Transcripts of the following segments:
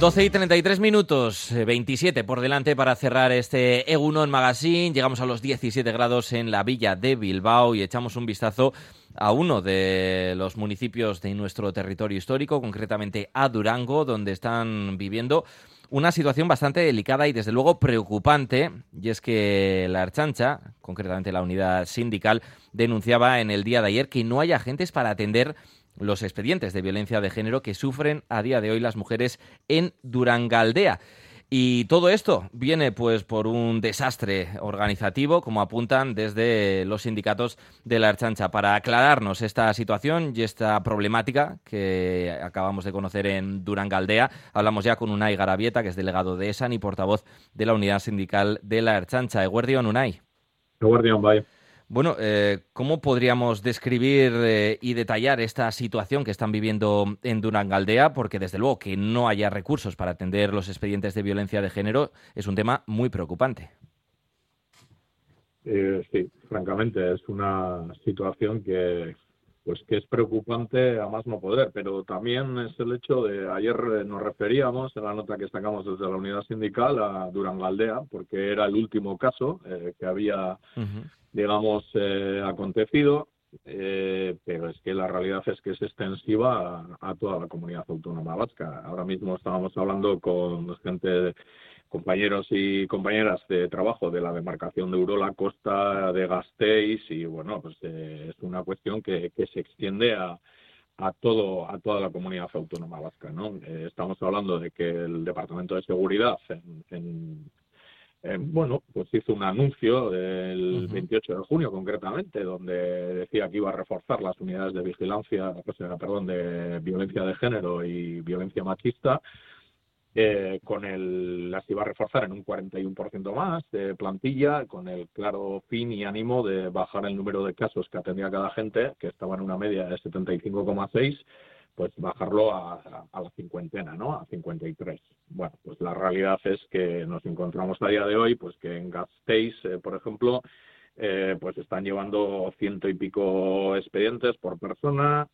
12:33, 27 por delante para cerrar este Egunon Magazine. Llegamos a los 17 grados en la villa de Bilbao y echamos un vistazo a uno de los municipios de nuestro territorio histórico, concretamente a Durango, donde están viviendo una situación bastante delicada y desde luego preocupante, y es que la Ertzaintza, concretamente la unidad sindical, denunciaba en el día de ayer que no hay agentes para atender los expedientes de violencia de género que sufren a día de hoy las mujeres en Durangaldea. Y todo esto viene pues por un desastre organizativo, como apuntan desde los sindicatos de la Ertzaintza. Para aclararnos esta situación y esta problemática que acabamos de conocer en Durangaldea, hablamos ya con Unai Garabieta, que es delegado de ESAN y portavoz de la unidad sindical de la Ertzaintza. Eguerdion, Unai. Eguerdion, bai. Bueno, ¿cómo podríamos describir y detallar esta situación que están viviendo en Durangaldea? Porque desde luego que no haya recursos para atender los expedientes de violencia de género es un tema muy preocupante. Sí, francamente, es una situación que es preocupante a más no poder, pero también es el hecho de, ayer nos referíamos en la nota que sacamos desde la unidad sindical a Durangaldea, porque era el último caso que había digamos, acontecido, pero es que la realidad es que es extensiva a toda la comunidad autónoma vasca. Ahora mismo estábamos hablando con gente, compañeros y compañeras de trabajo de la demarcación de Urola Costa, de Gasteiz, y bueno, pues es una cuestión que se extiende a toda la comunidad autónoma vasca, ¿no? Estamos hablando de que el Departamento de Seguridad bueno, pues hizo un anuncio el 28 de junio concretamente, donde decía que iba a reforzar las unidades de vigilancia, de violencia de género y violencia machista, las iba a reforzar en un 41% más de plantilla, con el claro fin y ánimo de bajar el número de casos que atendía cada agente, que estaba en una media de 75,6, pues bajarlo a la cincuentena, ¿no? A 53. Bueno, pues la realidad es que nos encontramos a día de hoy, pues que en Gasteiz, por ejemplo, pues están llevando 100 y pico expedientes por persona.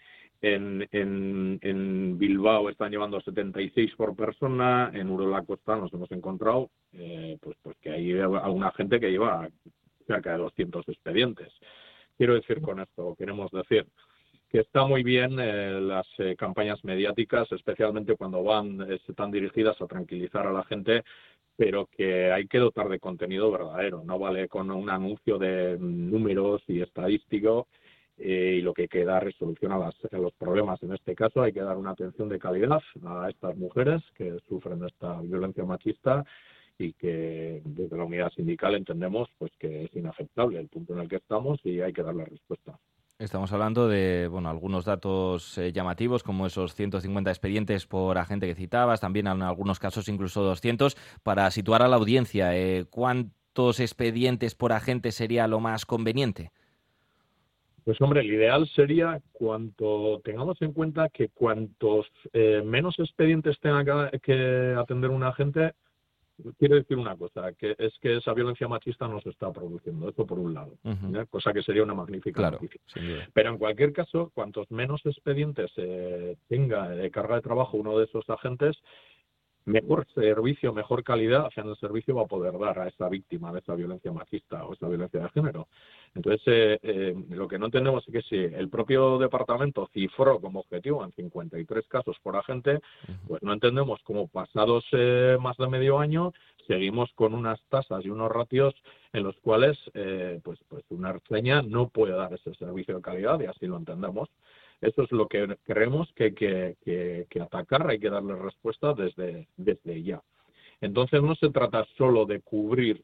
En Bilbao están llevando 76 por persona. En Urola Costa nos hemos encontrado pues que hay alguna gente que lleva cerca de 200 expedientes. Quiero decir con esto, queremos decir que está muy bien las campañas mediáticas, especialmente cuando están dirigidas a tranquilizar a la gente, pero que hay que dotar de contenido verdadero. No vale con un anuncio de números y estadístico, y lo que hay que dar es solución a los problemas. En este caso hay que dar una atención de calidad a estas mujeres que sufren esta violencia machista y que desde la unidad sindical entendemos pues que es inaceptable el punto en el que estamos y hay que darle respuesta. Estamos hablando de algunos datos llamativos, como esos 150 expedientes por agente que citabas, también en algunos casos incluso 200. Para situar a la audiencia, ¿cuántos expedientes por agente sería lo más conveniente? Pues hombre, el ideal sería tengamos en cuenta que cuantos menos expedientes tenga que atender un agente. Quiero decir una cosa, que es que esa violencia machista no se está produciendo, esto por un lado, cosa que sería una magnífica noticia. Pero en cualquier caso, cuantos menos expedientes tenga de carga de trabajo uno de esos agentes, mejor servicio, mejor calidad en el servicio va a poder dar a esa víctima de esa violencia machista o esa violencia de género. Entonces, lo que no entendemos es que si el propio departamento cifró como objetivo en 53 casos por agente, pues no entendemos cómo pasados más de medio año seguimos con unas tasas y unos ratios en los cuales pues una ertzaintza no puede dar ese servicio de calidad, y así lo entendemos. Eso es lo que creemos que hay que atacar, hay que darle respuesta desde ya. Entonces no se trata solo de cubrir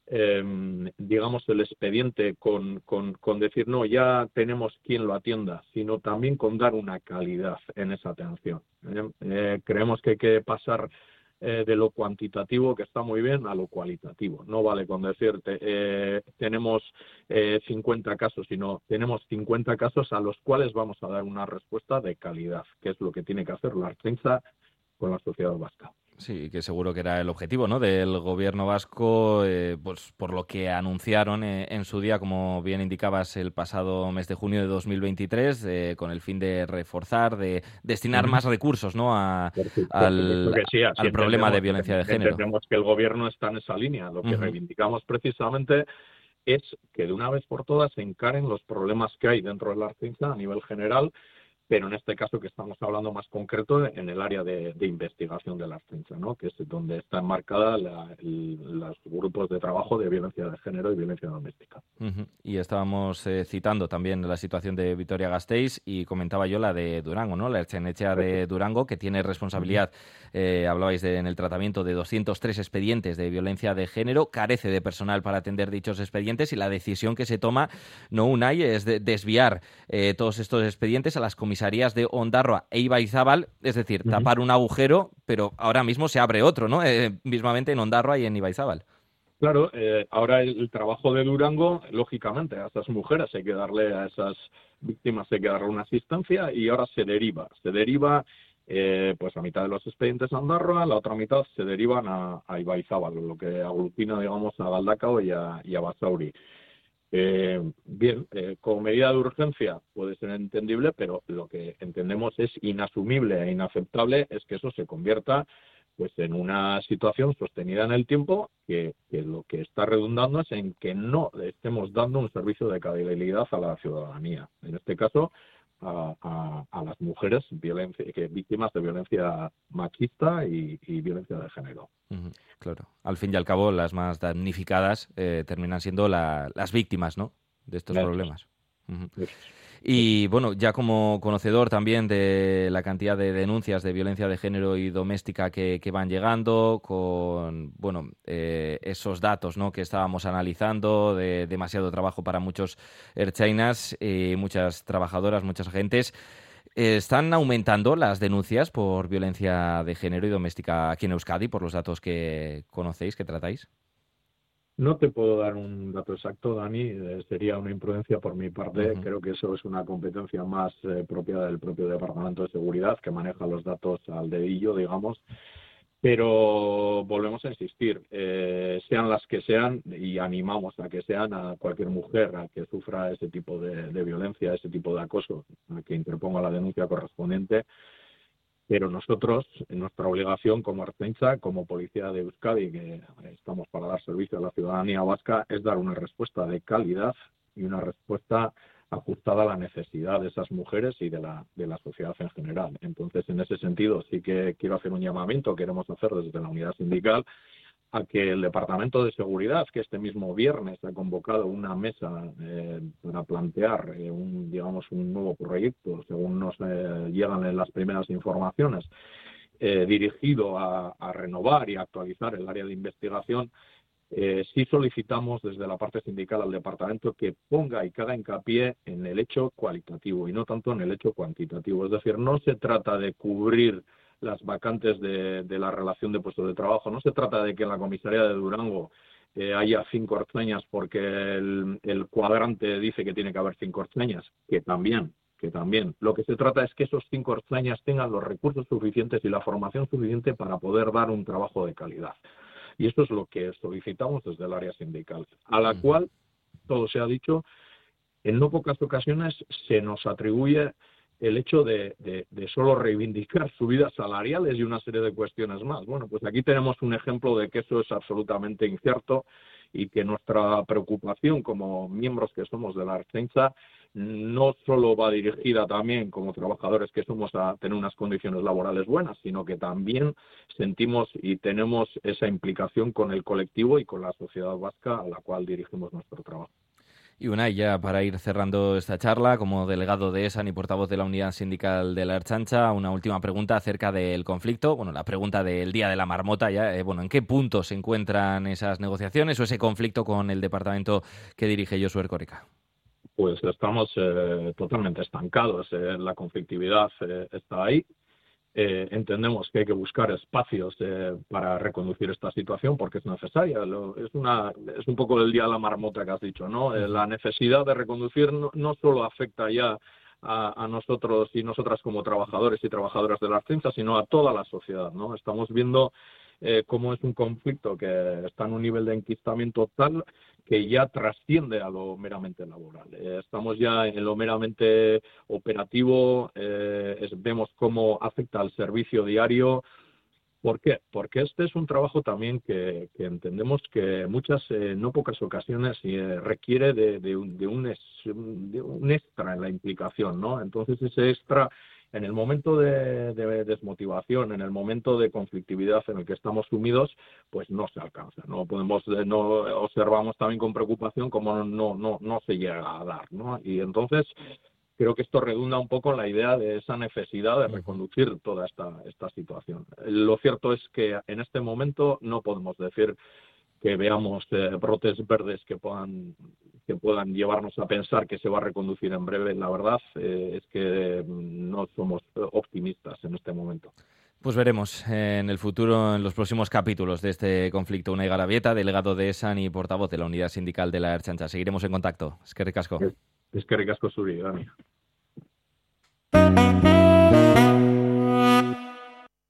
digamos el expediente con decir no, ya tenemos quien lo atienda, sino también con dar una calidad en esa atención. Creemos que hay que pasar de lo cuantitativo, que está muy bien, a lo cualitativo. No vale con decirte tenemos 50 casos, sino tenemos 50 casos a los cuales vamos a dar una respuesta de calidad, que es lo que tiene que hacer la Ertzaintza con la sociedad vasca. Sí, que seguro que era el objetivo, ¿no?, del gobierno vasco, pues por lo que anunciaron en su día, como bien indicabas, el pasado mes de junio de 2023, con el fin de reforzar, de destinar Ujú. más recursos, ¿no?, Por supuesto que sí, así al problema de violencia de género. entendemos que el gobierno está en esa línea. Lo que Ujú, reivindicamos precisamente es que de una vez por todas se encaren los problemas que hay dentro de la Ertzaintza a nivel general, pero en este caso que estamos hablando más concreto en el área de investigación de la Ertzaintza, ¿no?, que es donde está enmarcada los grupos de trabajo de violencia de género y violencia doméstica. ujú. Y estábamos citando también la situación de Vitoria-Gasteiz y comentaba yo la de Durango, ¿no?, la Ertzain-Etxea de Durango, que tiene Ujú. responsabilidad, hablabais en el tratamiento de 203 expedientes de violencia de género, carece de personal para atender dichos expedientes y la decisión que se toma, no Unai, es desviar todos estos expedientes a las comisarías de Ondarroa e Ibaizábal, es decir, Ujú. tapar un agujero, pero ahora mismo se abre otro, ¿no?, mismamente en Ondarroa y en Ibaizábal. Claro, ahora el trabajo de Durango, lógicamente, a esas mujeres hay que darle, a esas víctimas hay que darle una asistencia y ahora se deriva pues a mitad de los expedientes a Andorra, la otra mitad se derivan a Ibaizábal, lo que aglutina, digamos, a Galdakao y a Basauri. Bien, como medida de urgencia puede ser entendible, pero lo que entendemos es inasumible e inaceptable es que eso se convierta pues en una situación sostenida en el tiempo que lo que está redundando es en que no estemos dando un servicio de calidad a la ciudadanía. En este caso, a las mujeres víctimas de violencia machista y violencia de género. Ujú, claro. Al fin y al cabo, las más damnificadas terminan siendo las víctimas, ¿no?, de estos Eso problemas. Ujú. es, eso es, eso Y bueno, ya como conocedor también de la cantidad de denuncias de violencia de género y doméstica que van llegando, con bueno esos datos, ¿no?, que estábamos analizando, de demasiado trabajo para muchos ertzainas y muchas trabajadoras, muchas agentes. ¿Están aumentando las denuncias por violencia de género y doméstica aquí en Euskadi, por los datos que conocéis, que tratáis? No te puedo dar un dato exacto, Dani, sería una imprudencia por mi parte. Ujú. Creo que eso es una competencia más propia del propio Departamento de Seguridad, que maneja los datos al dedillo, digamos. Pero volvemos a insistir, sean las que sean, y animamos a que sean a cualquier mujer a que sufra ese tipo de violencia, ese tipo de acoso, a que interponga la denuncia correspondiente. Pero nosotros, en nuestra obligación como Ertzaintza, como Policía de Euskadi, que estamos para dar servicio a la ciudadanía vasca, es dar una respuesta de calidad y una respuesta ajustada a la necesidad de esas mujeres y de la sociedad en general. Entonces, en ese sentido, sí que quiero hacer un llamamiento, queremos hacer desde la unidad sindical, a que el Departamento de Seguridad, que este mismo viernes ha convocado una mesa para plantear digamos, un nuevo proyecto, según nos llegan en las primeras informaciones, dirigido a renovar y actualizar el área de investigación. Sí solicitamos desde la parte sindical al departamento que ponga y que haga hincapié en el hecho cualitativo y no tanto en el hecho cuantitativo. Es decir, no se trata de cubrir las vacantes de la relación de puestos de trabajo, no se trata de que en la comisaría de Durango haya 5 ertzainas porque el cuadrante dice que tiene que haber 5 ertzainas, que también. Lo que se trata es que esos 5 ertzainas tengan los recursos suficientes y la formación suficiente para poder dar un trabajo de calidad. Y esto es lo que solicitamos desde el área sindical, a la Ujú. cual, todo se ha dicho, en no pocas ocasiones se nos atribuye el hecho de solo reivindicar subidas salariales y una serie de cuestiones más. Bueno, pues aquí tenemos un ejemplo de que eso es absolutamente incierto y que nuestra preocupación como miembros que somos de la Ertzaintza no solo va dirigida también como trabajadores que somos a tener unas condiciones laborales buenas, sino que también sentimos y tenemos esa implicación con el colectivo y con la sociedad vasca a la cual dirigimos nuestro trabajo. Y Unai, ya para ir cerrando esta charla, como delegado de ESAN y portavoz de la unidad sindical de la Ertzaintza, una última pregunta acerca del conflicto. Bueno, la pregunta del día de la marmota ya, bueno, ¿en qué punto se encuentran esas negociaciones o ese conflicto con el departamento que dirige Josu Erkoreka? Pues estamos totalmente estancados. La conflictividad está ahí. Entendemos que hay que buscar espacios para reconducir esta situación porque es necesaria. Es un poco el día de la marmota que has dicho, ¿no? Uh-huh. La necesidad de reconducir no solo afecta ya a nosotros y nosotras como trabajadores y trabajadoras de la Ertzaintza, sino a toda la sociedad, ¿no? Estamos viendo cómo es un conflicto que está en un nivel de enquistamiento tal que ya trasciende a lo meramente laboral. Estamos ya en lo meramente operativo, vemos cómo afecta al servicio diario. ¿Por qué? Porque este es un trabajo también que entendemos que en muchas, no pocas ocasiones, requiere de un extra en la implicación, ¿no? Entonces ese extra, en el momento de desmotivación, en el momento de conflictividad en el que estamos sumidos, pues no se alcanza. No observamos también con preocupación cómo no se llega a dar, ¿no? Y entonces creo que esto redunda un poco en la idea de esa necesidad de reconducir toda esta situación. Lo cierto es que en este momento no podemos decir que veamos brotes verdes que puedan llevarnos a pensar que se va a reconducir en breve. La verdad es que no somos optimistas en este momento. Pues veremos en el futuro, en los próximos capítulos de este conflicto. Unai Garabieta, delegado de ESAN y portavoz de la Unidad Sindical de la Ertzaintza. Seguiremos en contacto. Eskerrik asko. Eskerrik asko zuri, Dani.